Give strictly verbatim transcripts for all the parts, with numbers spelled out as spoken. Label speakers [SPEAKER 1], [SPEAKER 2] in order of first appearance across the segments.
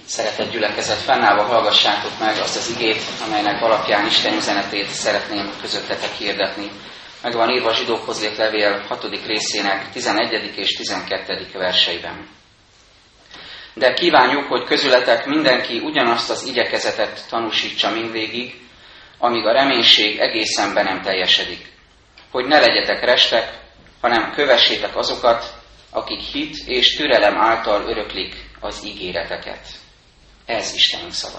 [SPEAKER 1] Szeretett gyülekezet, fennállva hallgassátok meg azt az igét, amelynek alapján Isten üzenetét szeretném közöttetek hirdetni. Meg van írva a Zsidókhoz írt levél hatodik részének tizenegyedik és tizenkettedik verseiben. De kívánjuk, hogy közületek mindenki ugyanazt az igyekezetet tanúsítsa mindvégig, amíg a reménység egészen be nem teljesedik. Hogy ne legyetek restek, hanem kövessétek azokat, akik hit és türelem által öröklik az ígéreteket. Ez Istenünk szava.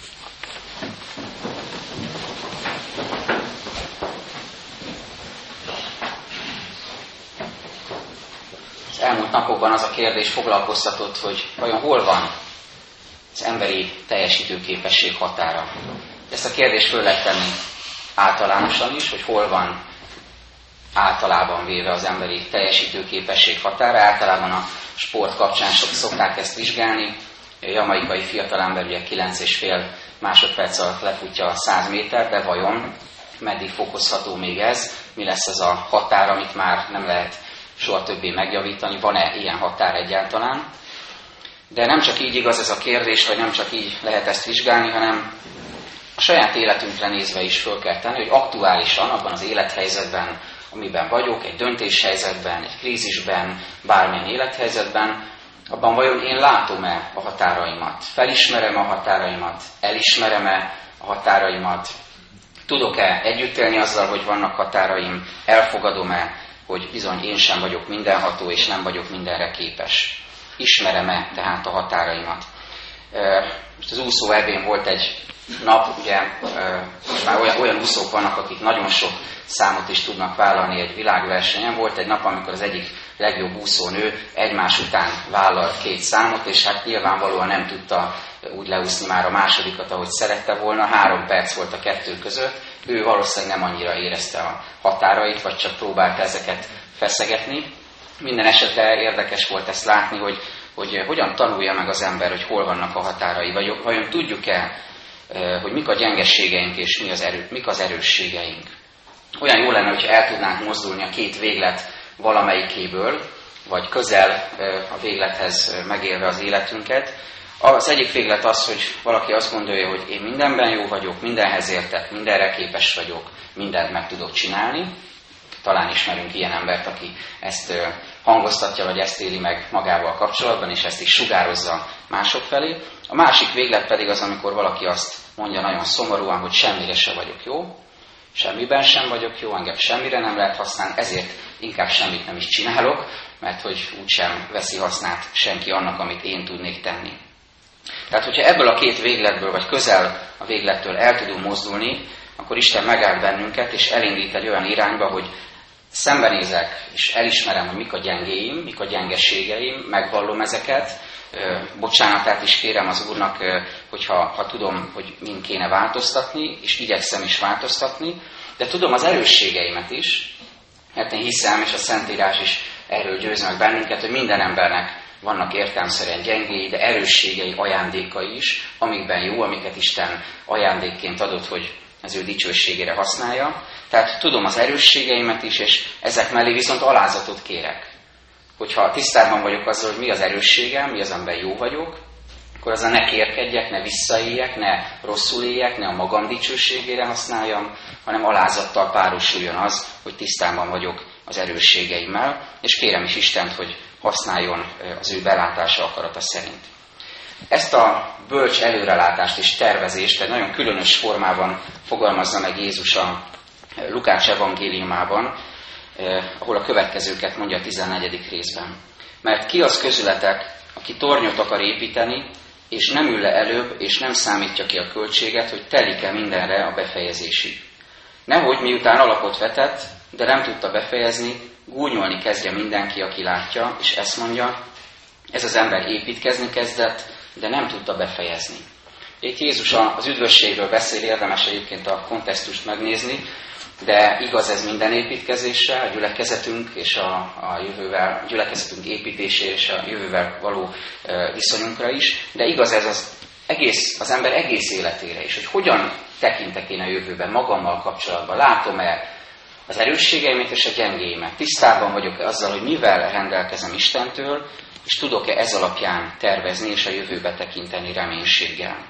[SPEAKER 1] Az elmúlt napokban az a kérdés foglalkoztatott, hogy vajon hol van az emberi teljesítőképesség határa. Ezt a kérdést föl lehet tenni általánosan is, hogy hol van általában véve az emberi teljesítőképesség határa. Általában a sport kapcsán sok szokták ezt vizsgálni. A jamaikai fiatalember ugye kilenc és fél másodperc alatt lefutja a száz méter, de vajon meddig fokozható még ez? Mi lesz az a határ, amit már nem lehet soha többé megjavítani? Van-e ilyen határ egyáltalán? De nem csak így igaz ez a kérdés, vagy nem csak így lehet ezt vizsgálni, hanem a saját életünkre nézve is föl kell tenni, hogy aktuálisan abban az élethelyzetben, amiben vagyok, egy döntéshelyzetben, egy krízisben, bármilyen élethelyzetben, abban vajon én látom-e a határaimat, felismerem a határaimat, elismerem-e a határaimat, tudok-e együtt élni azzal, hogy vannak határaim, elfogadom-e, hogy bizony én sem vagyok mindenható, és nem vagyok mindenre képes. Ismerem-e tehát a határaimat. Most az úszó ebén volt egy nap, ugye már olyan, olyan úszók vannak, akik nagyon sok számot is tudnak vállalni egy világversenyen. Volt egy nap, amikor az egyik legjobb úszónő egymás után vállalt két számot, és hát nyilvánvalóan nem tudta úgy leúszni már a másodikat, ahogy szerette volna. Három perc volt a kettő között. Ő valószínűleg nem annyira érezte a határait, vagy csak próbálta ezeket feszegetni. Minden esetre érdekes volt ezt látni, hogy, hogy hogyan tanulja meg az ember, hogy hol vannak a határai, vagy vajon tudjuk-e, hogy mik a gyengességeink és mi az erő, mik az erősségeink. Olyan jó lenne, hogyha el tudnánk mozdulni a két véglet valamelyikéből, vagy közel a véglethez megélve az életünket. Az egyik véglet az, hogy valaki azt gondolja, hogy én mindenben jó vagyok, mindenhez értek, mindenre képes vagyok, mindent meg tudok csinálni. Talán ismerünk ilyen embert, aki ezt hangoztatja, vagy ezt éli meg magával kapcsolatban, és ezt is sugározza mások felé. A másik véglet pedig az, amikor valaki azt mondja nagyon szomorúan, hogy semmire sem vagyok jó, semmiben sem vagyok jó, engem semmire nem lehet használni, ezért inkább semmit nem is csinálok, mert hogy úgysem veszi hasznát senki annak, amit én tudnék tenni. Tehát, hogyha ebből a két végletből, vagy közel a véglettől el tudunk mozdulni, akkor Isten megáll bennünket, és elindít egy olyan irányba, hogy szembenézek, és elismerem, hogy mik a gyengéim, mik a gyengeségeim, megvallom ezeket, bocsánatát is kérem az Úrnak, hogyha ha tudom, hogy mind kéne változtatni, és igyekszem is változtatni, de tudom az erősségeimet is, mert én hiszem, és a Szentírás is erről győz meg bennünket, hogy minden embernek vannak értelemszerűen gyengéi, de erősségei, ajándékai is, amikben jó, amiket Isten ajándékként adott, hogy az ő dicsőségére használja. Tehát tudom az erősségeimet is, és ezek mellé viszont alázatot kérek. Hogyha tisztában vagyok azzal, hogy mi az erősségem, mi az, amiben jó vagyok, akkor azzal ne kérkedjek, ne visszaéljek, ne rosszul éljek, ne a magam dicsőségére használjam, hanem alázattal párosuljon az, hogy tisztában vagyok az erősségeimmel, és kérem is Istent, hogy használjon az ő belátása akarata szerint. Ezt a bölcs előrelátást és tervezést egy nagyon különös formában fogalmazza meg Jézus a Lukács evangéliumában, ahol a következőket mondja a tizennegyedik részben. Mert ki az közületek, aki tornyot akar építeni, és nem ül le előbb, és nem számítja ki a költséget, hogy telik-e mindenre a befejezésig. Nehogy miután alapot vetett, de nem tudta befejezni, gúnyolni kezdje mindenki, aki látja, és ezt mondja, ez az ember építkezni kezdett, de nem tudta befejezni. Itt Jézus az üdvösségről beszél, érdemes egyébként a kontextust megnézni, de igaz ez minden építkezésre, a gyülekezetünk és a, a jövővel, a gyülekezetünk építésére és a jövővel való e, viszonyunkra is, de igaz ez az, egész, az ember egész életére is, hogy hogyan tekintek én a jövőben magammal kapcsolatban, látom-e az erősségeimet és a gyengéimet, tisztában vagyok azzal, hogy mivel rendelkezem Istentől, és tudok-e ez alapján tervezni és a jövőbe tekinteni reménységgel.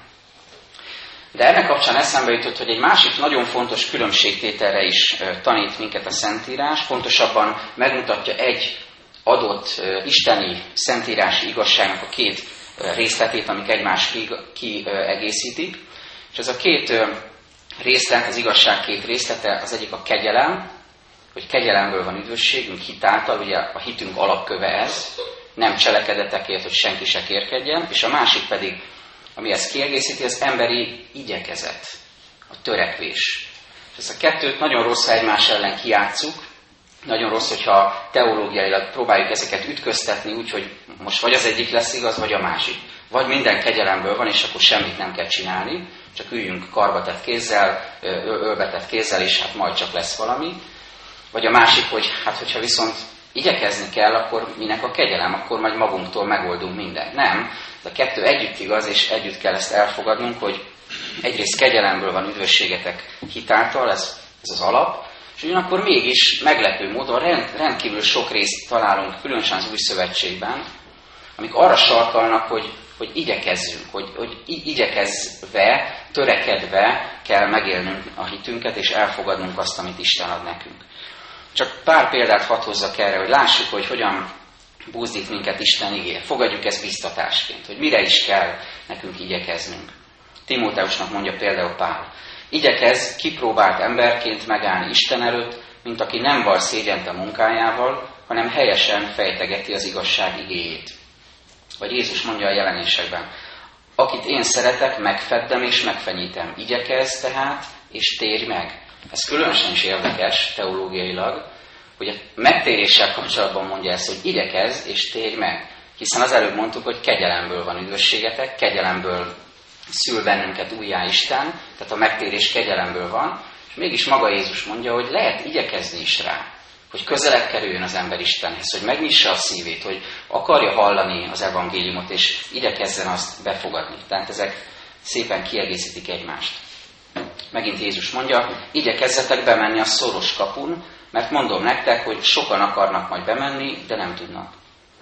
[SPEAKER 1] De ennek kapcsán eszembe jutott, hogy egy másik nagyon fontos különbségtételre is tanít minket a Szentírás, pontosabban megmutatja egy adott isteni szentírási igazságnak a két részletét, amik egymást kiegészítik. És ez a két részlet, az igazság két részlete, az egyik a kegyelem, hogy kegyelemből van üdvösségünk hitáltal, ugye a hitünk alapköve ez, nem cselekedetekért, hogy senki se kérkedjen, és a másik pedig, ami ezt kiegészíti, az emberi igyekezet, a törekvés. És ezt a kettőt nagyon rossz, ha egymás ellen kijátsszuk, nagyon rossz, hogyha teológiailag próbáljuk ezeket ütköztetni, úgyhogy most vagy az egyik lesz igaz, vagy a másik. Vagy minden kegyelemből van, és akkor semmit nem kell csinálni, csak üljünk karbatett kézzel, ölbetett kézzel, és hát majd csak lesz valami. Vagy a másik, hogy hát hogyha viszont igyekezni kell, akkor minek a kegyelem, akkor majd magunktól megoldunk mindent. Nem, de a kettő együtt igaz, és együtt kell ezt elfogadnunk, hogy egyrészt kegyelemből van üdvösségetek hitáltal, ez, ez az alap, és ugyanakkor mégis meglepő módon rend, rendkívül sok részt találunk, különösen az Új Szövetségben, amik arra sarkalnak, hogy, hogy igyekezzünk, hogy, hogy igyekezve, törekedve kell megélnünk a hitünket, és elfogadnunk azt, amit Isten ad nekünk. Csak pár példát hadd hozzak erre, hogy lássuk, hogy hogyan buzdít minket Isten igéje. Fogadjuk ezt biztatásként, hogy mire is kell nekünk igyekeznünk. Timóteusnak mondja például Pál: igyekezz kipróbált emberként megállni Isten előtt, mint aki nem val szégyent a munkájával, hanem helyesen fejtegeti az igazság igéjét. Vagy Jézus mondja a jelenésekben: akit én szeretek, megfeddem és megfenyítem. Igyekezz tehát, és térj meg. Ez különösen is érdekes teológiailag, hogy a megtéréssel kapcsolatban mondja ezt, hogy igyekezz és térj meg. Hiszen az előbb mondtuk, hogy kegyelemből van üdvösségetek, kegyelemből szül bennünket újjá Isten, tehát a megtérés kegyelemből van, és mégis maga Jézus mondja, hogy lehet igyekezni is rá, hogy közelebb kerüljön az ember Istenhez, hogy megnyissa a szívét, hogy akarja hallani az evangéliumot, és igyekezzen azt befogadni. Tehát ezek szépen kiegészítik egymást. Megint Jézus mondja: igyekezzetek bemenni a szoros kapun, mert mondom nektek, hogy sokan akarnak majd bemenni, de nem tudnak.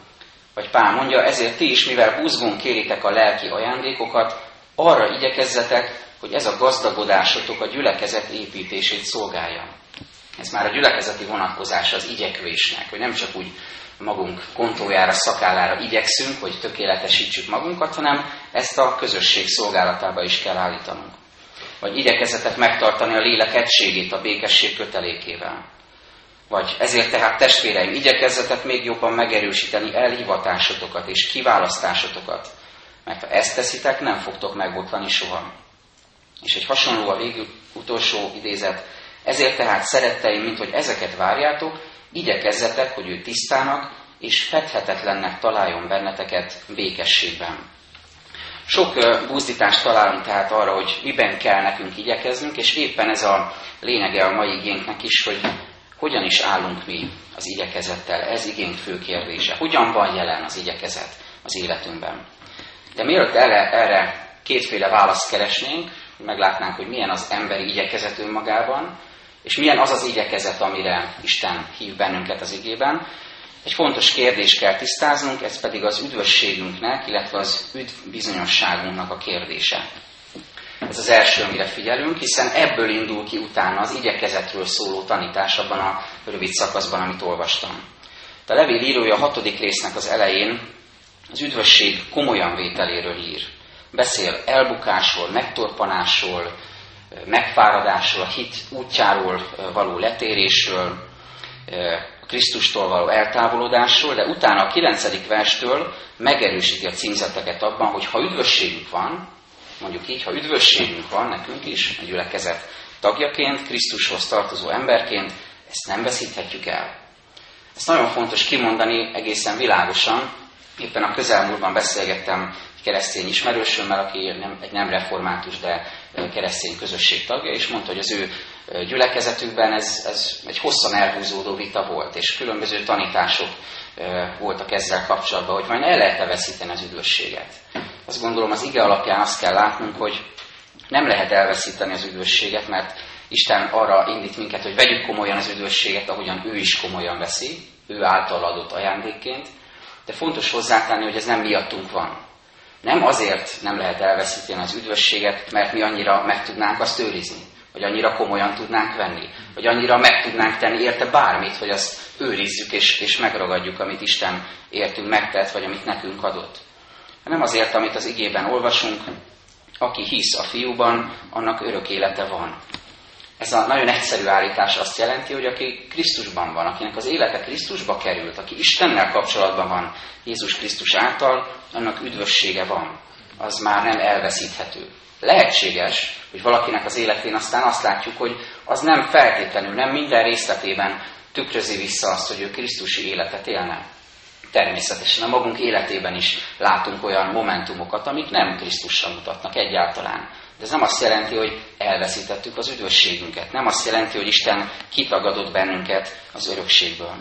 [SPEAKER 1] Vagy Pál mondja: ezért ti is, mivel buzgón kéritek a lelki ajándékokat, arra igyekezzetek, hogy ez a gazdagodásotok a gyülekezet építését szolgálja. Ez már a gyülekezeti vonatkozás az igyekvésnek, hogy nem csak úgy magunk kontójára, szakállára igyekszünk, hogy tökéletesítsük magunkat, hanem ezt a közösség szolgálatába is kell állítanunk. Vagy igyekezzetek megtartani a lélek egységét a békesség kötelékével. Vagy ezért tehát, testvéreim, igyekezzetek még jobban megerősíteni elhivatásotokat és kiválasztásotokat, mert ha ezt teszitek, nem fogtok megbotlani soha. És egy hasonló a végül utolsó idézet: ezért tehát, szeretteim, mint hogy ezeket várjátok, igyekezzetek, hogy ő tisztának és fedhetetlennek találjon benneteket békességben. Sok buzdítást találunk tehát arra, hogy miben kell nekünk igyekeznünk, és éppen ez a lényege a mai igénknek is, hogy hogyan is állunk mi az igyekezettel. Ez igénk fő kérdése. Hogyan van jelen az igyekezet az életünkben? De mielőtt erre, erre kétféle választ keresnénk, meglátnánk, hogy milyen az emberi igyekezet önmagában, és milyen az az igyekezet, amire Isten hív bennünket az igében. Egy fontos kérdést kell tisztáznunk, ez pedig az üdvösségünknek, illetve az üdvbizonyosságunknak a kérdése. Ez az első, amire figyelünk, hiszen ebből indul ki utána az igyekezetről szóló tanítás abban a rövid szakaszban, amit olvastam. De a levél írója a hatodik résznek az elején az üdvösség komolyan vételéről ír. Beszél elbukásról, megtorpanásról, megfáradásról, a hit útjáról való letérésről, a Krisztustól való eltávolodásról, de utána a kilencedik verstől megerősíti a címzeteket abban, hogy ha üdvösségünk van, mondjuk így, ha üdvösségünk van nekünk is, a gyülekezet tagjaként, Krisztushoz tartozó emberként, ezt nem veszíthetjük el. Ezt nagyon fontos kimondani egészen világosan. Éppen a közelmúltban beszélgettem egy keresztény ismerősömmel, aki nem, egy nem református, de keresztény közösség tagja, és mondta, hogy az ő gyülekezetükben ez, ez egy hosszan elhúzódó vita volt, és különböző tanítások voltak ezzel kapcsolatban, hogy majd el lehet-e veszíteni az üdvösséget. Azt gondolom, az ige alapján azt kell látnunk, hogy nem lehet elveszíteni az üdvösséget, mert Isten arra indít minket, hogy vegyük komolyan az üdvösséget, ahogyan ő is komolyan veszi, ő által adott ajándékként, De fontos hozzátenni, hogy ez nem miattunk van. Nem azért nem lehet elveszíteni az üdvösséget, mert mi annyira meg tudnánk azt őrizni, vagy annyira komolyan tudnánk venni, vagy annyira meg tudnánk tenni érte bármit, hogy azt őrizzük és, és megragadjuk, amit Isten értünk megtett, vagy amit nekünk adott. Nem azért, amit az igében olvasunk, aki hisz a Fiúban, annak örök élete van. Ez a nagyon egyszerű állítás azt jelenti, hogy aki Krisztusban van, akinek az élete Krisztusba került, aki Istennel kapcsolatban van Jézus Krisztus által, annak üdvössége van. Az már nem elveszíthető. Lehetséges, hogy valakinek az életén aztán azt látjuk, hogy az nem feltétlenül, nem minden részletében tükrözi vissza azt, hogy ő krisztusi életet élne. Természetesen a magunk életében is látunk olyan momentumokat, amik nem Krisztusra mutatnak egyáltalán. De ez nem azt jelenti, hogy elveszítettük az üdvösségünket. Nem azt jelenti, hogy Isten kitagadott bennünket az örökségből.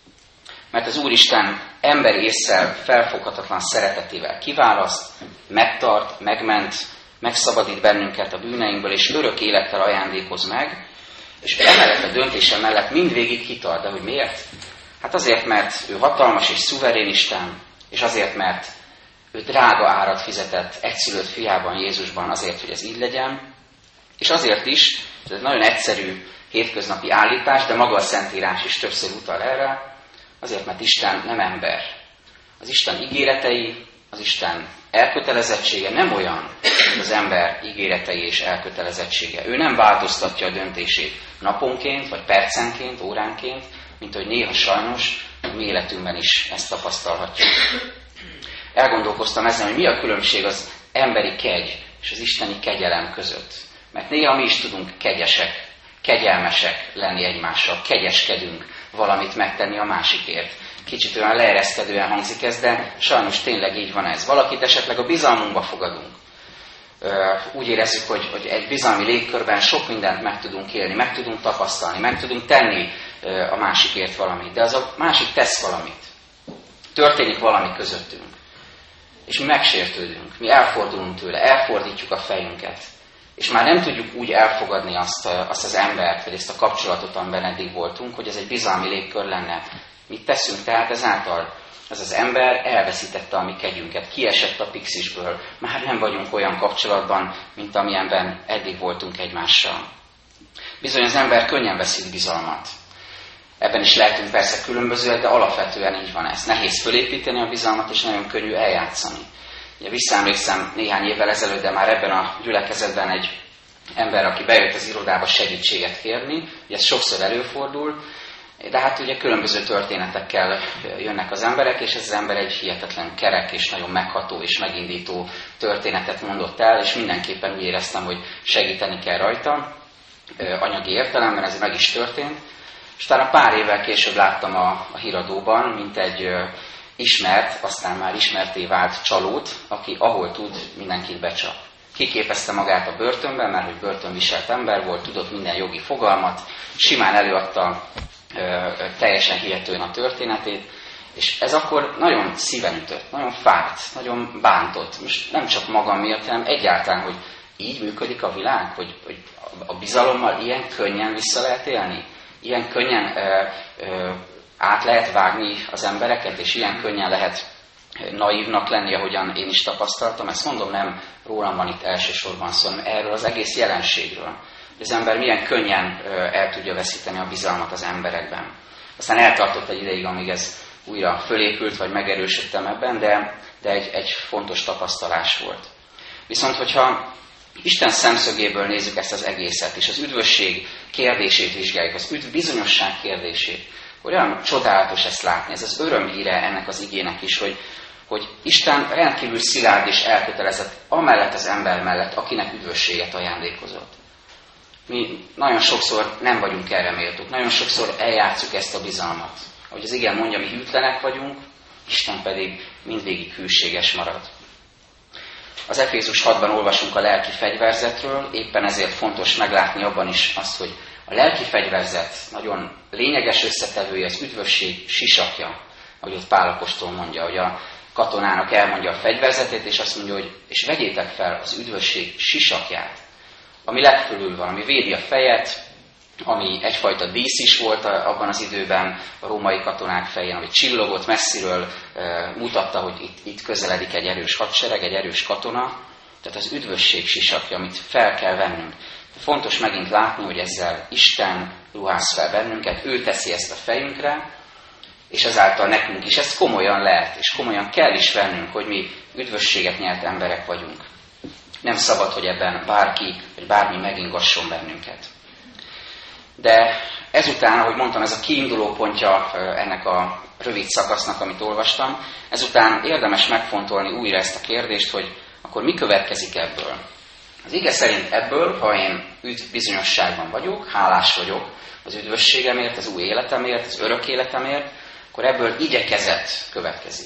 [SPEAKER 1] Mert az Úristen emberi ésszel felfoghatatlan szeretetével kiválaszt, megtart, megment, megszabadít bennünket a bűneinkből, és örök élettel ajándékoz meg, és emellett a döntése mellett mindvégig kitart. De hogy miért? Hát azért, mert ő hatalmas és szuverén Isten, és azért, mert ő drága árat fizetett egyszülött fiában, Jézusban azért, hogy ez így legyen, és azért is, ez egy nagyon egyszerű hétköznapi állítás, de maga a Szentírás is többször utal erre, azért, mert Isten nem ember. Az Isten ígéretei, az Isten elkötelezettsége nem olyan, mint az ember ígéretei és elkötelezettsége. Ő nem változtatja a döntését naponként, vagy percenként, óránként, mint hogy néha sajnos a mi életünkben is ezt tapasztalhatjuk. Elgondolkoztam ezen, hogy mi a különbség az emberi kegy és az isteni kegyelem között. Mert néha mi is tudunk kegyesek, kegyelmesek lenni egymással, kegyeskedünk valamit megtenni a másikért. Kicsit olyan leereszkedően hangzik ez, de sajnos tényleg így van ez. Valakit esetleg a bizalmunkba fogadunk. Úgy érezzük, hogy, hogy egy bizalmi légkörben sok mindent meg tudunk élni, meg tudunk tapasztalni, meg tudunk tenni a másikért valamit. De az a másik tesz valamit. Történik valami közöttünk. És mi megsértődünk, mi elfordulunk tőle, elfordítjuk a fejünket. És már nem tudjuk úgy elfogadni azt, azt az embert, vagy ezt a kapcsolatot, amiben eddig voltunk, hogy ez egy bizalmi légkör lenne. Mit teszünk tehát ezáltal? Ez az ember elveszítette a mi kegyünket, kiesett a pixisből, már nem vagyunk olyan kapcsolatban, mint amilyenben eddig voltunk egymással. Bizony az ember könnyen veszít bizalmat. Ebben is lehetünk persze különbözőek, de alapvetően így van ez. Nehéz fölépíteni a bizalmat, és nagyon könnyű eljátszani. Ugye visszaemlékszem néhány évvel ezelőtt, de már ebben a gyülekezetben egy ember, aki bejött az irodába segítséget kérni, ugye ez sokszor előfordul, de hát ugye különböző történetekkel jönnek az emberek, és ez az ember egy hihetetlen kerek, és nagyon megható és megindító történetet mondott el, és mindenképpen úgy éreztem, hogy segíteni kell rajta, anyagi értelemben ez meg is történt. És talán pár évvel később láttam a, a híradóban, mint egy ö, ismert, aztán már ismerté vált csalót, aki ahol tud, mindenkit becsap. Kiképezte magát a börtönben, mert hogy börtönviselt ember volt, tudott minden jogi fogalmat, simán előadta ö, ö, teljesen hihetően a történetét, és ez akkor nagyon szíven ütött, nagyon fájt, nagyon bántott. Most nem csak magam miatt, hanem egyáltalán, hogy így működik a világ, hogy, hogy a bizalommal ilyen könnyen vissza lehet élni. Ilyen könnyen ö, ö, át lehet vágni az embereket, és ilyen könnyen lehet naívnak lenni, ahogyan én is tapasztaltam. Ezt mondom, nem rólam van itt elsősorban szó, hanem erről az egész jelenségről. Az ember milyen könnyen ö, el tudja veszíteni a bizalmat az emberekben. Aztán eltartott egy ideig, amíg ez újra fölépült, vagy megerősödtem ebben, de, de egy, egy fontos tapasztalás volt. Viszont, hogyha Isten szemszögéből nézzük ezt az egészet, és az üdvösség kérdését vizsgáljuk, az üdv bizonyosság kérdését, olyan csodálatos ezt látni, ez az örömhíre ennek az igének is, hogy, hogy Isten rendkívül szilárd és elkötelezett amellett az ember mellett, akinek üdvösséget ajándékozott. Mi nagyon sokszor nem vagyunk erre méltók, nagyon sokszor eljátszuk ezt a bizalmat. Ahogy az igen mondja, mi hűtlenek vagyunk, Isten pedig mindvégig hűséges marad. Az Efézus hatban olvasunk a lelki fegyverzetről, éppen ezért fontos meglátni abban is azt, hogy a lelki fegyverzet nagyon lényeges összetevője, az üdvösség sisakja, ahogy ott Pál apostol mondja, hogy a katonának elmondja a fegyverzetét, és azt mondja, hogy és vegyétek fel az üdvösség sisakját, ami legfölül van, ami védi a fejet, ami egyfajta dísz is volt abban az időben a római katonák fején, ami csillogott messziről, mutatta, hogy itt, itt közeledik egy erős hadsereg, egy erős katona. Tehát az üdvösség sisakja, amit fel kell vennünk. Fontos megint látni, hogy ezzel Isten ruház fel bennünket, ő teszi ezt a fejünkre, és ezáltal nekünk is ezt komolyan lehet, és komolyan kell is vennünk, hogy mi üdvösséget nyert emberek vagyunk. Nem szabad, hogy ebben bárki, vagy bármi megingasson bennünket. De ezután, ahogy mondtam, ez a kiinduló pontja ennek a rövid szakasznak, amit olvastam, ezután érdemes megfontolni újra ezt a kérdést, hogy akkor mi következik ebből? Az ige szerint ebből, ha én üdv bizonyosságban vagyok, hálás vagyok az üdvösségemért, az új életemért, az örök életemért, akkor ebből igyekezet következik.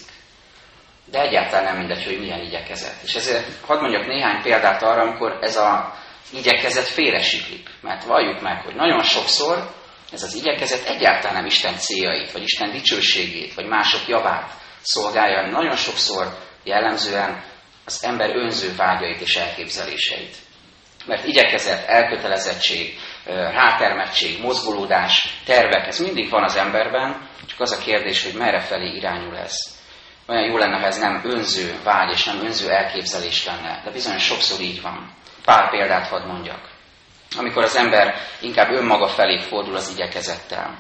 [SPEAKER 1] De egyáltalán nem mindegy, hogy milyen igyekezet. És ezért hadd mondjak néhány példát arra, amikor ez az igyekezet félresiklik. Mert valljuk meg, hogy nagyon sokszor ez az igyekezet egyáltalán nem Isten céljait, vagy Isten dicsőségét, vagy mások javát szolgálja, nagyon sokszor jellemzően az ember önző vágyait és elképzeléseit. Mert igyekezet, elkötelezettség, rátermettség, mozgolódás, tervek, ez mindig van az emberben, csak az a kérdés, hogy merre felé irányul ez. Olyan jó lenne, ha ez nem önző vágy és nem önző elképzelés lenne, de bizony sokszor így van. Pár példát hadd mondjak. Amikor az ember inkább önmaga felé fordul az igyekezettel.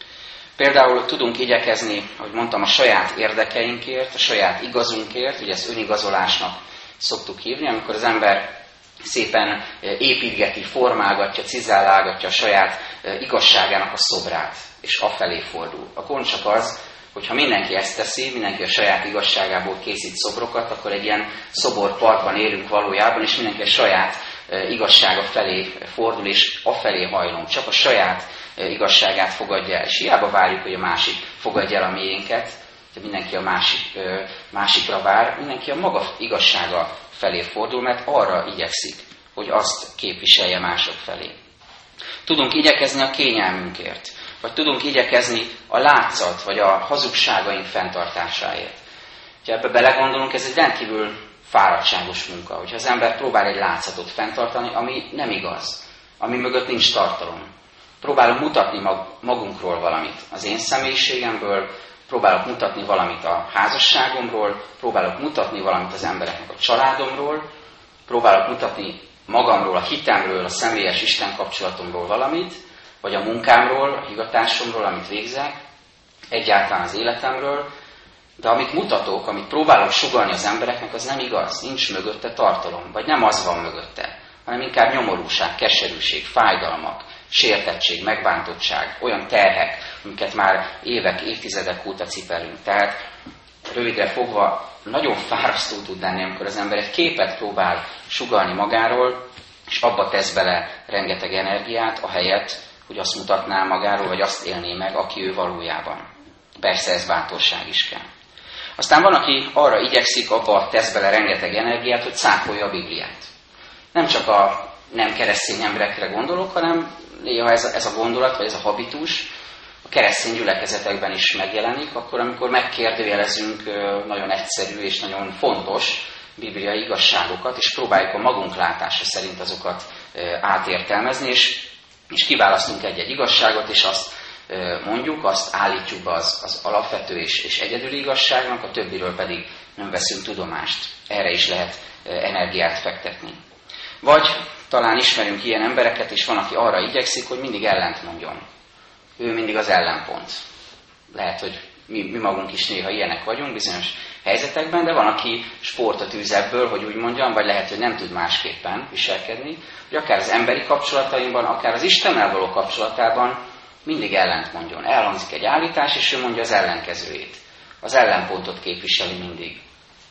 [SPEAKER 1] Például tudunk igyekezni, ahogy mondtam, a saját érdekeinkért, a saját igazunkért, ugye ezt önigazolásnak szoktuk hívni, amikor az ember szépen építgeti, formálgatja, cizellálgatja a saját igazságának a szobrát, és afelé fordul. A gond csak az, hogy ha mindenki ezt teszi, mindenki a saját igazságából készít szobrokat, akkor egy ilyen szoborparkban élünk valójában, és mindenki a saját igazsága felé fordul, és afelé hajlunk. Csak a saját igazságát fogadja el. És hiába várjuk, hogy a másik fogadja el a miénket, hogy mindenki a másik, másikra vár, mindenki a maga igazsága felé fordul, mert arra igyekszik, hogy azt képviselje mások felé. Tudunk igyekezni a kényelmünkért, vagy tudunk igyekezni a látszat, vagy a hazugságaink fenntartásáért. Ha ebbe belegondolunk, ez egy rendkívül fáradtságos munka, hogyha az ember próbál egy látszatot fenntartani, ami nem igaz, ami mögött nincs tartalom. Próbálok mutatni magunkról valamit az én személyiségemből, próbálok mutatni valamit a házasságomról, próbálok mutatni valamit az embereknek a családomról, próbálok mutatni magamról, a hitemről, a személyes Isten kapcsolatomról valamit, vagy a munkámról, a hivatásomról, amit végzek, egyáltalán az életemről, de amit mutatok, amit próbálok sugallni az embereknek, az nem igaz, nincs mögötte tartalom, vagy nem az van mögötte, hanem inkább nyomorúság, keserűség, fájdalmak, sértettség, megbántottság, olyan terhek, amiket már évek, évtizedek óta cipelünk. Tehát rövidre fogva nagyon fárasztó tud lenni, amikor az ember egy képet próbál sugallni magáról, és abba tesz bele rengeteg energiát, ahelyett, hogy azt mutatná magáról, vagy azt élné meg, aki ő valójában. Persze ez bátorság is kell. Aztán van, aki arra igyekszik, abba tesz bele rengeteg energiát, hogy cáfolja a Bibliát. Nem csak a nem keresztény emberekre gondolok, hanem néha ez a, ez a gondolat, vagy ez a habitus a keresztény gyülekezetekben is megjelenik, akkor, amikor megkérdőjelezünk nagyon egyszerű és nagyon fontos bibliai igazságokat, és próbáljuk a magunk látása szerint azokat átértelmezni, és, és kiválasztunk egy-egy igazságot, és azt mondjuk, azt állítjuk be az, az alapvető és, és egyedüli igazságnak, a többiről pedig nem veszünk tudomást. Erre is lehet energiát fektetni. Vagy talán ismerünk ilyen embereket, és van, aki arra igyekszik, hogy mindig ellent mondjon. Ő mindig az ellenpont. Lehet, hogy mi, mi magunk is néha ilyenek vagyunk bizonyos helyzetekben, de van, aki sportot űz ebből, hogy úgy mondjam, vagy lehet, hogy nem tud másképpen viselkedni, hogy akár az emberi kapcsolataimban, akár az Istennel való kapcsolatában mindig ellent mondjon. Elhangzik egy állítás, és ő mondja az ellenkezőjét. Az ellenpontot képviseli mindig.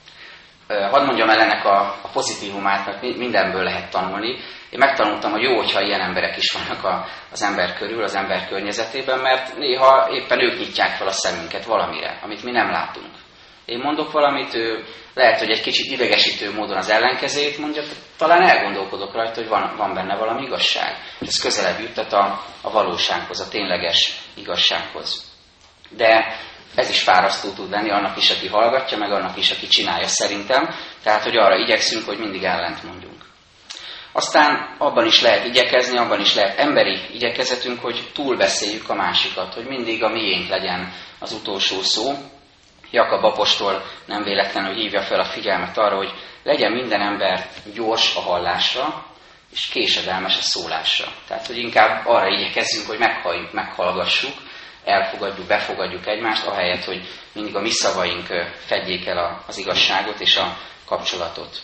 [SPEAKER 1] Hadd mondjam el ennek a, a pozitívumát, mert mindenből lehet tanulni. Én megtanultam, hogy jó, hogyha ilyen emberek is vannak a, az ember körül, az ember környezetében, mert néha éppen ők nyitják fel a szemünket valamire, amit mi nem látunk. Én mondok valamit, ő lehet, hogy egy kicsit idegesítő módon az ellenkezőjét mondja, talán elgondolkodok rajta, hogy van, van benne valami igazság. És ez közelebb juttat a, a valósághoz, a tényleges igazsághoz. De ez is fárasztó tud lenni annak is, aki hallgatja, meg annak is, aki csinálja szerintem. Tehát, hogy arra igyekszünk, hogy mindig ellent mondjunk. Aztán abban is lehet igyekezni, abban is lehet emberi igyekezetünk, hogy túlbeszéljük a másikat, hogy mindig a miénk legyen az utolsó szó. Jakab apostol nem véletlenül hívja fel a figyelmet arra, hogy legyen minden ember gyors a hallásra, és késedelmes a szólásra. Tehát, hogy inkább arra igyekezzünk, hogy meghalljuk, meghallgassuk, elfogadjuk, befogadjuk egymást, ahelyett, hogy mindig a mi szavaink fedjék el az igazságot és a kapcsolatot.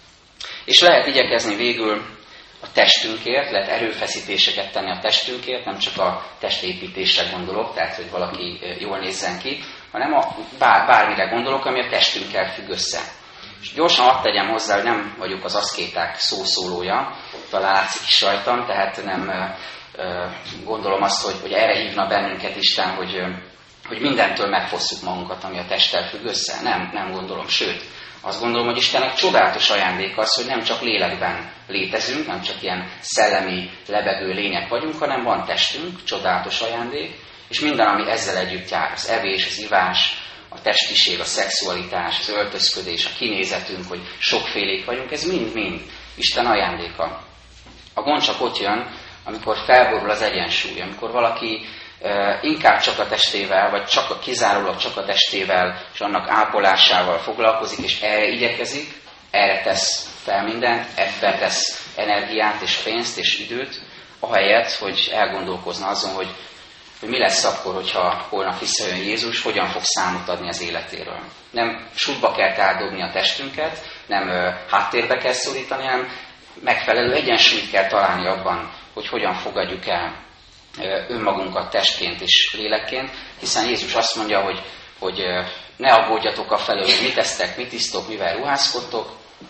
[SPEAKER 1] És lehet igyekezni végül a testünkért, lehet erőfeszítéseket tenni a testünkért, nem csak a testépítésre gondolok, tehát, hogy valaki jól nézzen ki, hanem a bár, bármire gondolok, ami a testünkkel függ össze. És gyorsan hadd tegyem hozzá, hogy nem vagyok az aszkéták szószólója, talán látszik is rajtam, tehát nem ö, gondolom azt, hogy, hogy erre hívna bennünket Isten, hogy, hogy mindentől megfosszuk magunkat, ami a testtel függ össze. Nem, nem gondolom, sőt, azt gondolom, hogy Istennek csodálatos ajándék az, hogy nem csak lélekben létezünk, nem csak ilyen szellemi, lebegő lények vagyunk, hanem van testünk, csodálatos ajándék, és minden, ami ezzel együtt jár, az evés, az ivás, a testiség, a szexualitás, az öltözködés, a kinézetünk, hogy sokfélék vagyunk, ez mind-mind Isten ajándéka. A gond csak ott jön, amikor felborul az egyensúly, amikor valaki uh, inkább csak a testével, vagy csak a, kizárólag csak a testével, és annak ápolásával foglalkozik, és erre igyekezik, erre tesz fel mindent, ebbe tesz energiát, és pénzt, és időt, ahelyett, hogy elgondolkozna azon, hogy hogy mi lesz akkor, hogyha holnap visszajön Jézus, hogyan fog számot adni az életéről. Nem sútba kell tádobni a testünket, nem ö, háttérbe kell szorítani, hanem megfelelő egyensúlyt kell találni abban, hogy hogyan fogadjuk el ö, önmagunkat testként és lélekként, hiszen Jézus azt mondja, hogy, hogy ö, ne aggódjatok afelől, hogy mit esztek, mit isztok, mivel ruházkodtok,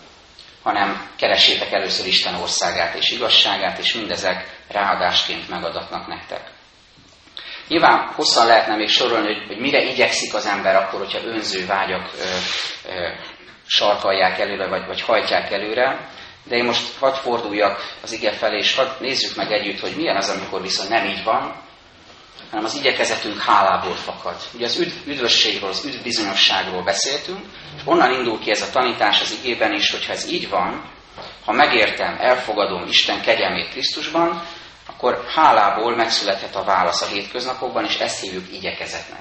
[SPEAKER 1] hanem keressétek először Isten országát és igazságát, és mindezek ráadásként megadatnak nektek. Nyilván hosszan lehetne még sorolni, hogy, hogy mire igyekszik az ember akkor, hogyha önző vágyak ö, ö, sarkalják előre, vagy, vagy hajtják előre. De én most hadd forduljak az ige felé, és hadd nézzük meg együtt, hogy milyen az, amikor viszont nem így van, hanem az igyekezetünk hálából fakad. Ugye az üdv, üdvösségről, az üdvbizonyosságról beszéltünk, és onnan indul ki ez a tanítás az igében is, hogyha ez így van, ha megértem, elfogadom Isten kegyelmét Krisztusban, akkor hálából megszülethet a válasz a hétköznapokban, és ezt hívjuk igyekezetnek.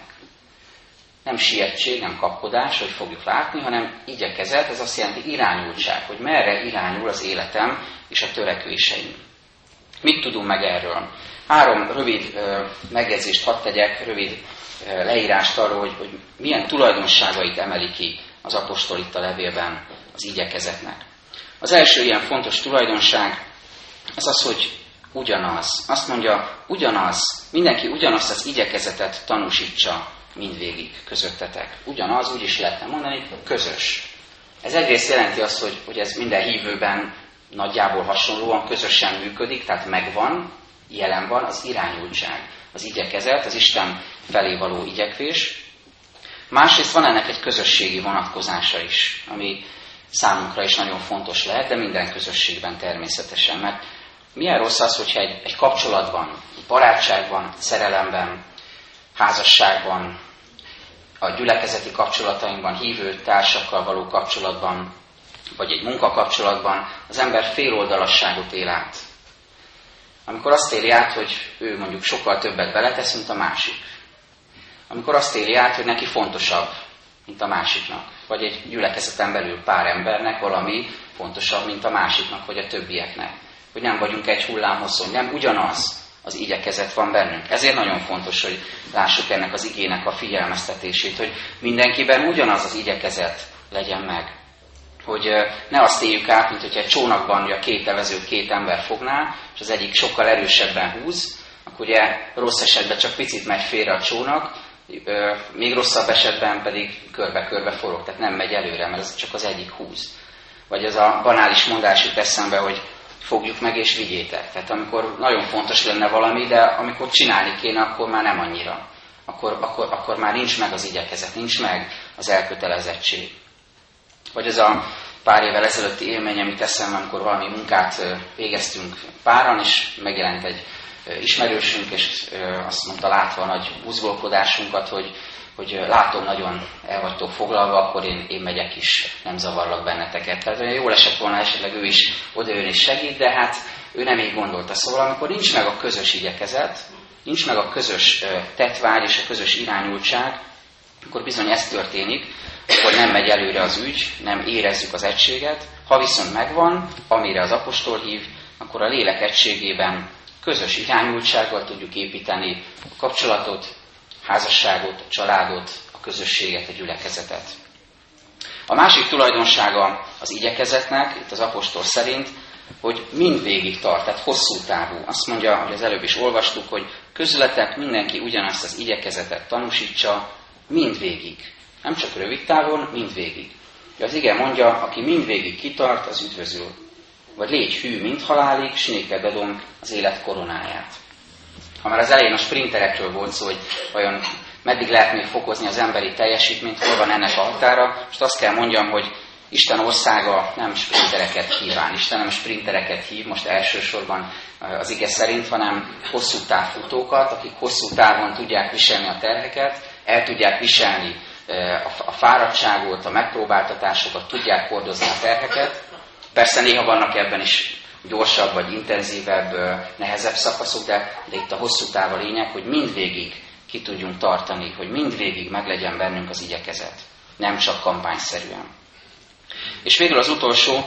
[SPEAKER 1] Nem sietség, nem kapkodás, hogy fogjuk látni, hanem igyekezet, ez azt jelenti irányultság, hogy merre irányul az életem és a törekvéseim. Mit tudunk meg erről? Három rövid uh, megjegyzést hadd tegyek, rövid uh, leírást arról, hogy, hogy milyen tulajdonságait emeli ki az apostol itt a levélben az igyekezetnek. Az első ilyen fontos tulajdonság az az, hogy ugyanaz. Azt mondja, ugyanaz, mindenki ugyanazt az igyekezetet tanúsítsa mindvégig közöttetek. Ugyanaz, úgy is lehetne mondani, közös. Ez egyrészt jelenti azt, hogy, hogy ez minden hívőben nagyjából hasonlóan közösen működik, tehát megvan, jelen van az irányultság, az igyekezet, az Isten felé való igyekvés. Másrészt van ennek egy közösségi vonatkozása is, ami számunkra is nagyon fontos lehet, de minden közösségben természetesen, mert milyen rossz az, hogyha egy, egy kapcsolatban, egy barátságban, szerelemben, házasságban, a gyülekezeti kapcsolatainkban, hívő társakkal való kapcsolatban, vagy egy munkakapcsolatban az ember féloldalasságot él át. Amikor azt éli át, hogy ő mondjuk sokkal többet beletesz, mint a másik. Amikor azt éli át, hogy neki fontosabb, mint a másiknak. Vagy egy gyülekezeten belül pár embernek valami fontosabb, mint a másiknak, vagy a többieknek. Hogy nem vagyunk egy hullámhosszon, nem ugyanaz az igyekezet van bennünk. Ezért nagyon fontos, hogy lássuk ennek az igének a figyelmeztetését, hogy mindenkiben ugyanaz az igyekezet legyen meg. Hogy ne azt éljük át, mint hogyha egy csónakban ugye két evezőt két ember fogná, és az egyik sokkal erősebben húz, akkor ugye rossz esetben csak picit megy félre a csónak, még rosszabb esetben pedig körbe-körbe forog, tehát nem megy előre, mert ez csak az egyik húz. Vagy az a banális mondás jut eszembe, hogy fogjuk meg és vigyétek. Tehát amikor nagyon fontos lenne valami, de amikor csinálni kéne, akkor már nem annyira. Akkor, akkor, akkor már nincs meg az igyekezet, nincs meg az elkötelezettség. Vagy ez a pár évvel ezelőtti élmény, amit eszembe, amikor valami munkát végeztünk páran, és megjelent egy ismerősünk, és azt mondta, látva a nagy buzgolkodásunkat, hogy hogy látom, nagyon el vagytok foglalva, akkor én, én megyek is, nem zavarlak benneteket. Tehát olyan jól esett volna esetleg ő is odajön és segít, de hát ő nem így gondolta. Szóval amikor nincs meg a közös igyekezet, nincs meg a közös tettvágy és a közös irányultság, akkor bizony ez történik, akkor nem megy előre az ügy, nem érezzük az egységet. Ha viszont megvan, amire az apostol hív, akkor a lélek egységében közös irányultsággal tudjuk építeni a kapcsolatot, a házasságot, a családot, a közösséget, a gyülekezetet. A másik tulajdonsága az igyekezetnek, itt az apostol szerint, hogy mindvégig tart, tehát hosszú távú. Azt mondja, hogy az előbb is olvastuk, hogy közületek mindenki ugyanazt az igyekezetet tanúsítsa mindvégig. Nem csak rövid távon, mindvégig. Az ige mondja, aki mindvégig kitart, az üdvözül. Vagy légy hű mind halálig, s néked adom az élet koronáját. Ha már az elején a sprinterekről volt szó, hogy vajon meddig lehet még fokozni az emberi teljesítményt, hol van ennek a határa, most azt kell mondjam, hogy Isten országa nem sprintereket kíván. Isten nem sprintereket hív most elsősorban az ige szerint, hanem hosszú távfutókat, akik hosszú távon tudják viselni a terheket, el tudják viselni a fáradtságot, a megpróbáltatásokat, tudják hordozni a terheket. Persze néha vannak ebben is gyorsabb vagy intenzívebb, nehezebb szakaszok, de, de itt a hosszú táv a lényeg, hogy mindvégig ki tudjunk tartani, hogy mindvégig meglegyen bennünk az igyekezet. Nem csak kampányszerűen. És végül az utolsó,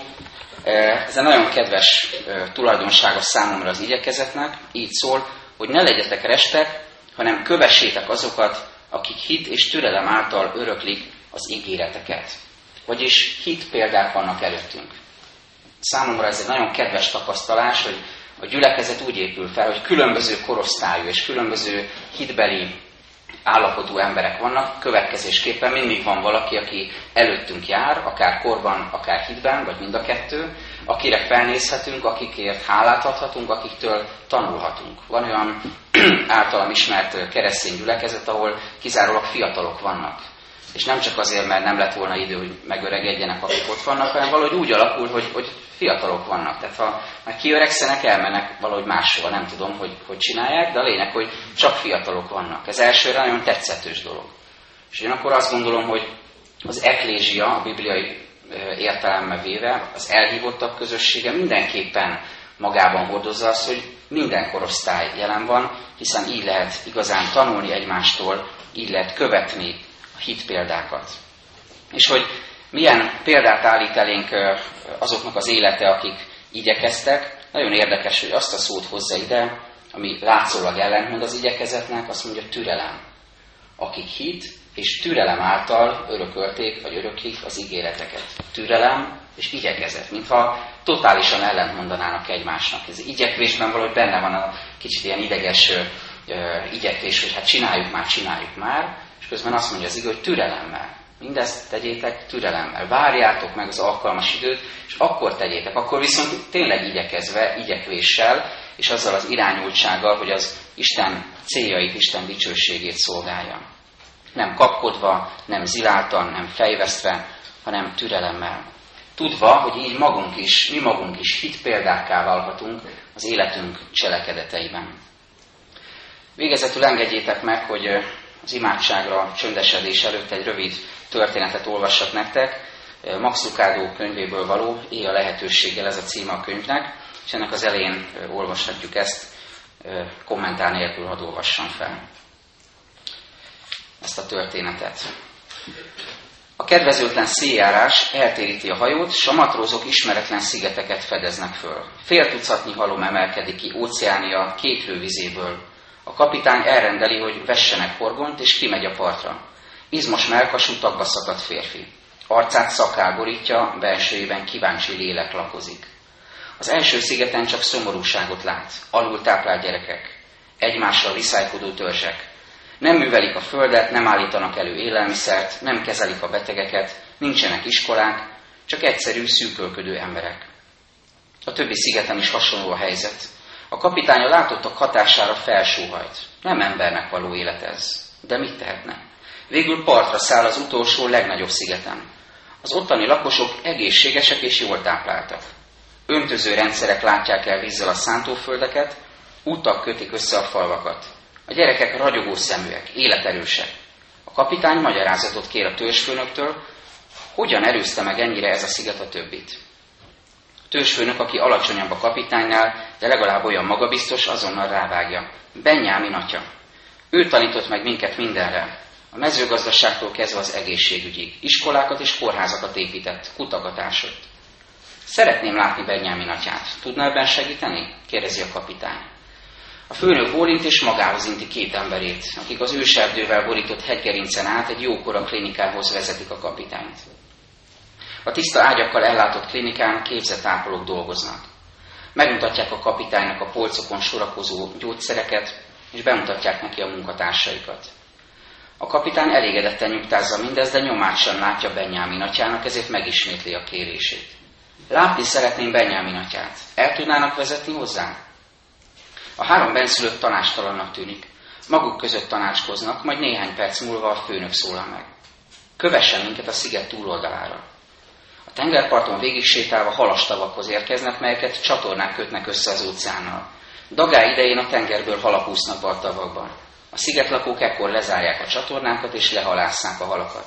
[SPEAKER 1] ez egy nagyon kedves tulajdonsága számomra az igyekezetnek, így szól, hogy ne legyetek restek, hanem kövessétek azokat, akik hit és türelem által öröklik az ígéreteket. Vagyis hit példák vannak előttünk. Számomra ez egy nagyon kedves tapasztalás, hogy a gyülekezet úgy épül fel, hogy különböző korosztályú és különböző hitbeli állapotú emberek vannak, következésképpen mindig van valaki, aki előttünk jár, akár korban, akár hitben, vagy mind a kettő, akire felnézhetünk, akikért hálát adhatunk, akiktől tanulhatunk. Van olyan általam ismert keresztény gyülekezet, ahol kizárólag fiatalok vannak. És nem csak azért, mert nem lett volna idő, hogy megöregedjenek, akik ott vannak, hanem valahogy úgy alakul, hogy, hogy fiatalok vannak. Tehát ha már kiöregszenek, elmennek valahogy máshol, nem tudom, hogy hogy csinálják, de a lényeg, hogy csak fiatalok vannak. Ez elsőre nagyon tetszetős dolog. És ugyanakkor azt gondolom, hogy az eklézsia, a bibliai értelemmel véve, az elhívottak közössége mindenképpen magában hordozza azt, hogy minden korosztály jelen van, hiszen így lehet igazán tanulni egymástól, így lehet követni a hitpéldákat. És hogy milyen példát állít elénk azoknak az élete, akik igyekeztek, nagyon érdekes, hogy azt a szót hozza ide, ami látszólag ellentmond az igyekezetnek, azt mondja türelem. Akik hit és türelem által örökölték, vagy öröklik az ígéreteket. Türelem és igyekezet, mintha totálisan ellentmondanának egymásnak. Ez igyekvésben valahogy benne van a kicsit ilyen ideges uh, igyekvés, hogy hát csináljuk már, csináljuk már, és közben azt mondja az igaz, hogy türelemmel. Mindezt tegyétek türelemmel. Várjátok meg az alkalmas időt, és akkor tegyétek. Akkor viszont tényleg igyekezve, igyekvéssel, és azzal az irányultsággal, hogy az Isten céljait, Isten dicsőségét szolgálja. Nem kapkodva, nem ziláltan, nem fejvesztve, hanem türelemmel. Tudva, hogy így magunk is, mi magunk is hitpéldákká válhatunk az életünk cselekedeteiben. Végezetül engedjétek meg, hogy az imádságra csöndesedés előtt egy rövid történetet olvassak nektek. Max Lucado könyvéből való, Élj a lehetőséggel, ez a címe a könyvnek, és ennek az elején olvashatjuk ezt, kommentár nélkül hadd olvassam fel ezt a történetet. A kedvezőtlen széljárás eltéríti a hajót, s a matrózok ismeretlen szigeteket fedeznek föl. Fél tucatnyi halom emelkedik ki Óceánia kéklő vizéből. A kapitány elrendeli, hogy vessenek horgonyt, és kimegy a partra. Izmos mellkasú tagba szakadt férfi. Arcát szakál borítja, belsőjében kíváncsi lélek lakozik. Az első szigeten csak szomorúságot lát, alul táplált gyerekek, egymással viszálykodó törzsek. Nem művelik a földet, nem állítanak elő élelmiszert, nem kezelik a betegeket, nincsenek iskolák, csak egyszerű, szűkölködő emberek. A többi szigeten is hasonló a helyzet. A kapitány a látottak hatására felsóhajt. Nem embernek való élet ez. De mit tehetne? Végül partra száll az utolsó, legnagyobb szigeten. Az ottani lakosok egészségesek és jól tápláltak. Öntöző rendszerek látják el vízzel a szántóföldeket, utak kötik össze a falvakat. A gyerekek ragyogó szeműek, életerősek. A kapitány magyarázatot kér a törzsfőnöktől, hogyan előzte meg ennyire ez a sziget a többit. A törzsfőnök, aki alacsonyabb a kapitánynál, de legalább olyan magabiztos, azonnal rávágja. Benjámin atya. Ő tanított meg minket mindenre. A mezőgazdaságtól kezdve az egészségügyig. Iskolákat és kórházakat épített, kutakat ásott. Szeretném látni Benjámin atyát. Tudna ebben segíteni? Kérdezi a kapitány. A főnök bólint és magához inti két emberét, akik az őserdővel borított hegygerincen át egy jókora klinikához vezetik a kapitányt. A tiszta ágyakkal ellátott klinikán képzett ápolók dolgoznak. Megmutatják a kapitánynak a polcokon sorakozó gyógyszereket, és bemutatják neki a munkatársaikat. A kapitány elégedetten nyugtázza mindezt, de nyomát sem látja Benjámin atyának, ezért megismétli a kérését. Látni szeretném Benjámin atyát. El tudnának vezetni hozzá? A három benszülött tanácstalannak tűnik. Maguk között tanácskoznak, majd néhány perc múlva a főnök szólal meg. Kövessen minket a sziget túloldalára. A tengerparton végig sétálva halastavakhoz érkeznek, melyeket csatornák kötnek össze az óceánnal. Dagá idején a tengerből halak úsznak be a tavakban. A szigetlakók ekkor lezárják a csatornákat és lehalásszák a halakat.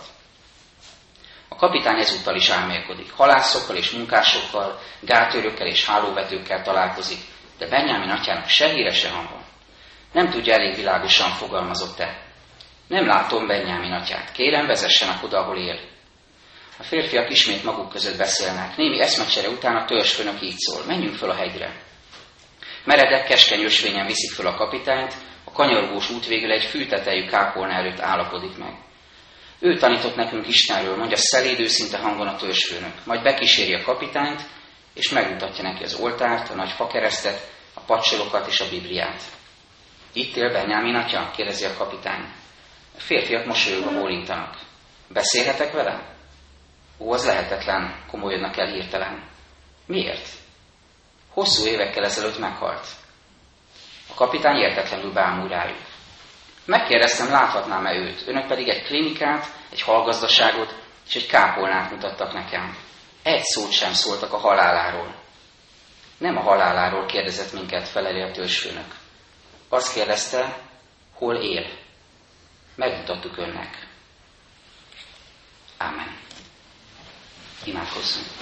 [SPEAKER 1] A kapitány ezúttal is álmélkodik. Halászokkal és munkásokkal, gátőrökkel és hálóvetőkkel találkozik, de Benjámin atyának se híre, se hangja. Nem tudja, elég világosan fogalmazott-e. Nem látom Benjámin atyát. Kérem, vezessenek oda, ahol él. A férfiak ismét maguk között beszélnek. Némi eszmecsere után a törzsfőnök így szól. Menjünk föl a hegyre. Meredek, keskeny ösvényen viszik föl a kapitányt, a kanyargós út végül egy fűtetejű kápolna előtt állapodik meg. Ő tanított nekünk Istenről, mondja szeléd őszinte hangon a törzsfőnök. Majd bekíséri a kapitányt, és megmutatja neki az oltárt, a nagy fakeresztet, a pacsilokat és a Bibliát. Itt él Benjámin atya? Kérdezi a kapitány. A férfiak mosolyogva bólintanak. Beszélhetek vele? Ó, az lehetetlen, komolyodnak el hirtelen. Miért? Hosszú évekkel ezelőtt meghalt. A kapitány értetlenül bámul rájuk. Megkérdeztem, láthatnám-e őt, önök pedig egy klinikát, egy hallgazdaságot és egy kápolnát mutattak nekem. Egy szót sem szóltak a haláláról. Nem a haláláról kérdezett minket, feleli a törzsfőnök. Azt kérdezte, hol él. Megmutattuk önnek. Ámen. Imádkozzunk.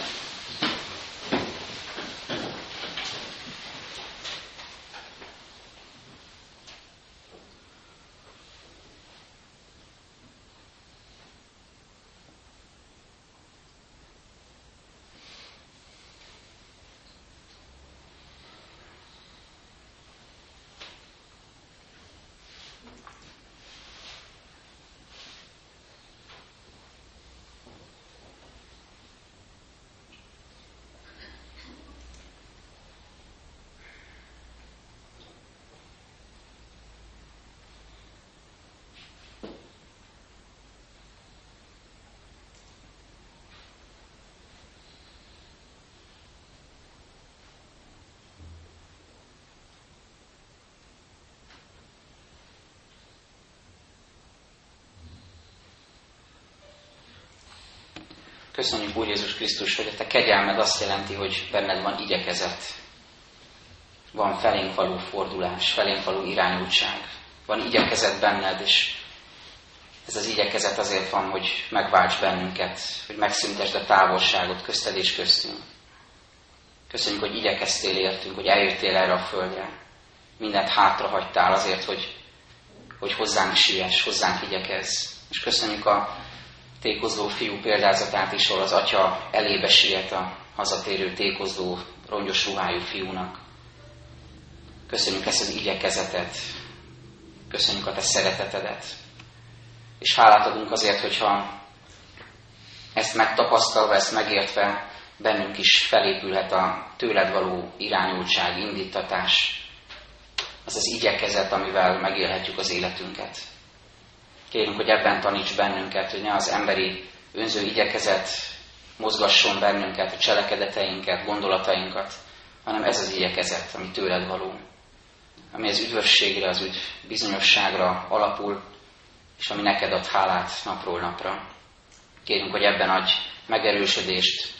[SPEAKER 1] Köszönjük, Úr Jézus Krisztus, hogy a te kegyelmed azt jelenti, hogy benned van igyekezet. Van felénk való fordulás, felénk való irányultság. Van igyekezet benned, és ez az igyekezet azért van, hogy megválts bennünket, hogy megszüntesd a távolságot közted és köztünk. Köszönjük, hogy igyekeztél értünk, hogy eljöttél erre a földre. Mindent hátrahagytál azért, hogy, hogy hozzánk siess, hozzánk igyekezz. És köszönjük a tékozló fiú példázatát is, ahol az atya elébe siet a hazatérő tékozló, rongyos ruhájú fiúnak. Köszönjük ezt az igyekezetet, köszönjük a te szeretetedet, és hálát adunk azért, hogyha ezt megtapasztalva, ezt megértve bennünk is felépülhet a tőled való irányultság, indítatás, az az igyekezet, amivel megélhetjük az életünket. Kérünk, hogy ebben taníts bennünket, hogy ne az emberi önző igyekezet mozgasson bennünket, a cselekedeteinket, gondolatainkat, hanem ez az igyekezet, ami tőled való, ami az üdvösségre, az üdv bizonyosságra alapul, és ami neked ad hálát napról napra. Kérünk, hogy ebben adj megerősödést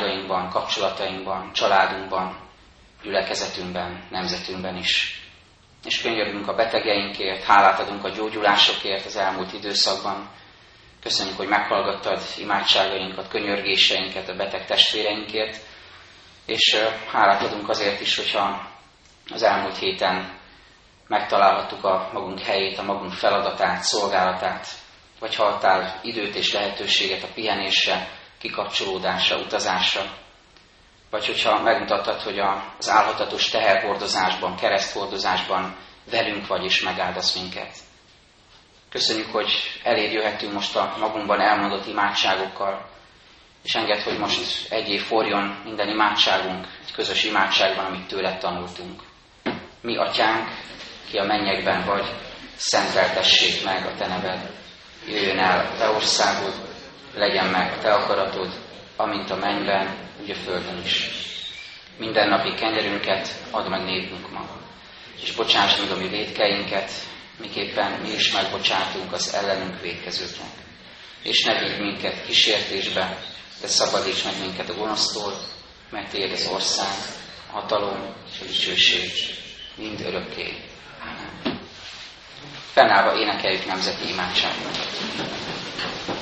[SPEAKER 1] házasságainkban, kapcsolatainkban, családunkban, gyülekezetünkben, nemzetünkben is. és könyörgünk a betegeinkért, hálát adunk a gyógyulásokért az elmúlt időszakban. Köszönjük, hogy meghallgattad imádságainkat, könyörgéseinket a beteg testvéreinkért, és hálát adunk azért is, hogyha az elmúlt héten megtalálhattuk a magunk helyét, a magunk feladatát, szolgálatát, vagy ha adtál időt és lehetőséget a pihenésre, kikapcsolódásra, utazásra, vagy hogyha megmutattad, hogy az álhatatos teherhordozásban, kereszthordozásban velünk vagy és megáldasz minket. Köszönjük, hogy eléd jöhetünk most a magunkban elmondott imádságokkal, és engedd, hogy most egy év forjon minden imádságunk, egy közös imádságban, amit tőled tanultunk. Mi, Atyánk, ki a mennyekben vagy, szenteltessék meg a te neved. Jöjjön el a te országod, legyen meg a te akaratod, amint a mennyben, úgy a földön is. Minden napi kenyerünket add meg nékünk ma, és bocsáss meg a mi vétkeinket, miképpen mi is megbocsátunk az ellenünk vétkezőknek. És ne vigy minket kísértésbe, de szabadíts meg minket a gonosztól, mert tiéd az ország, a hatalom és a dicsőség mind örökké. Amen. Fennállva énekeljük nemzeti imádságunkat.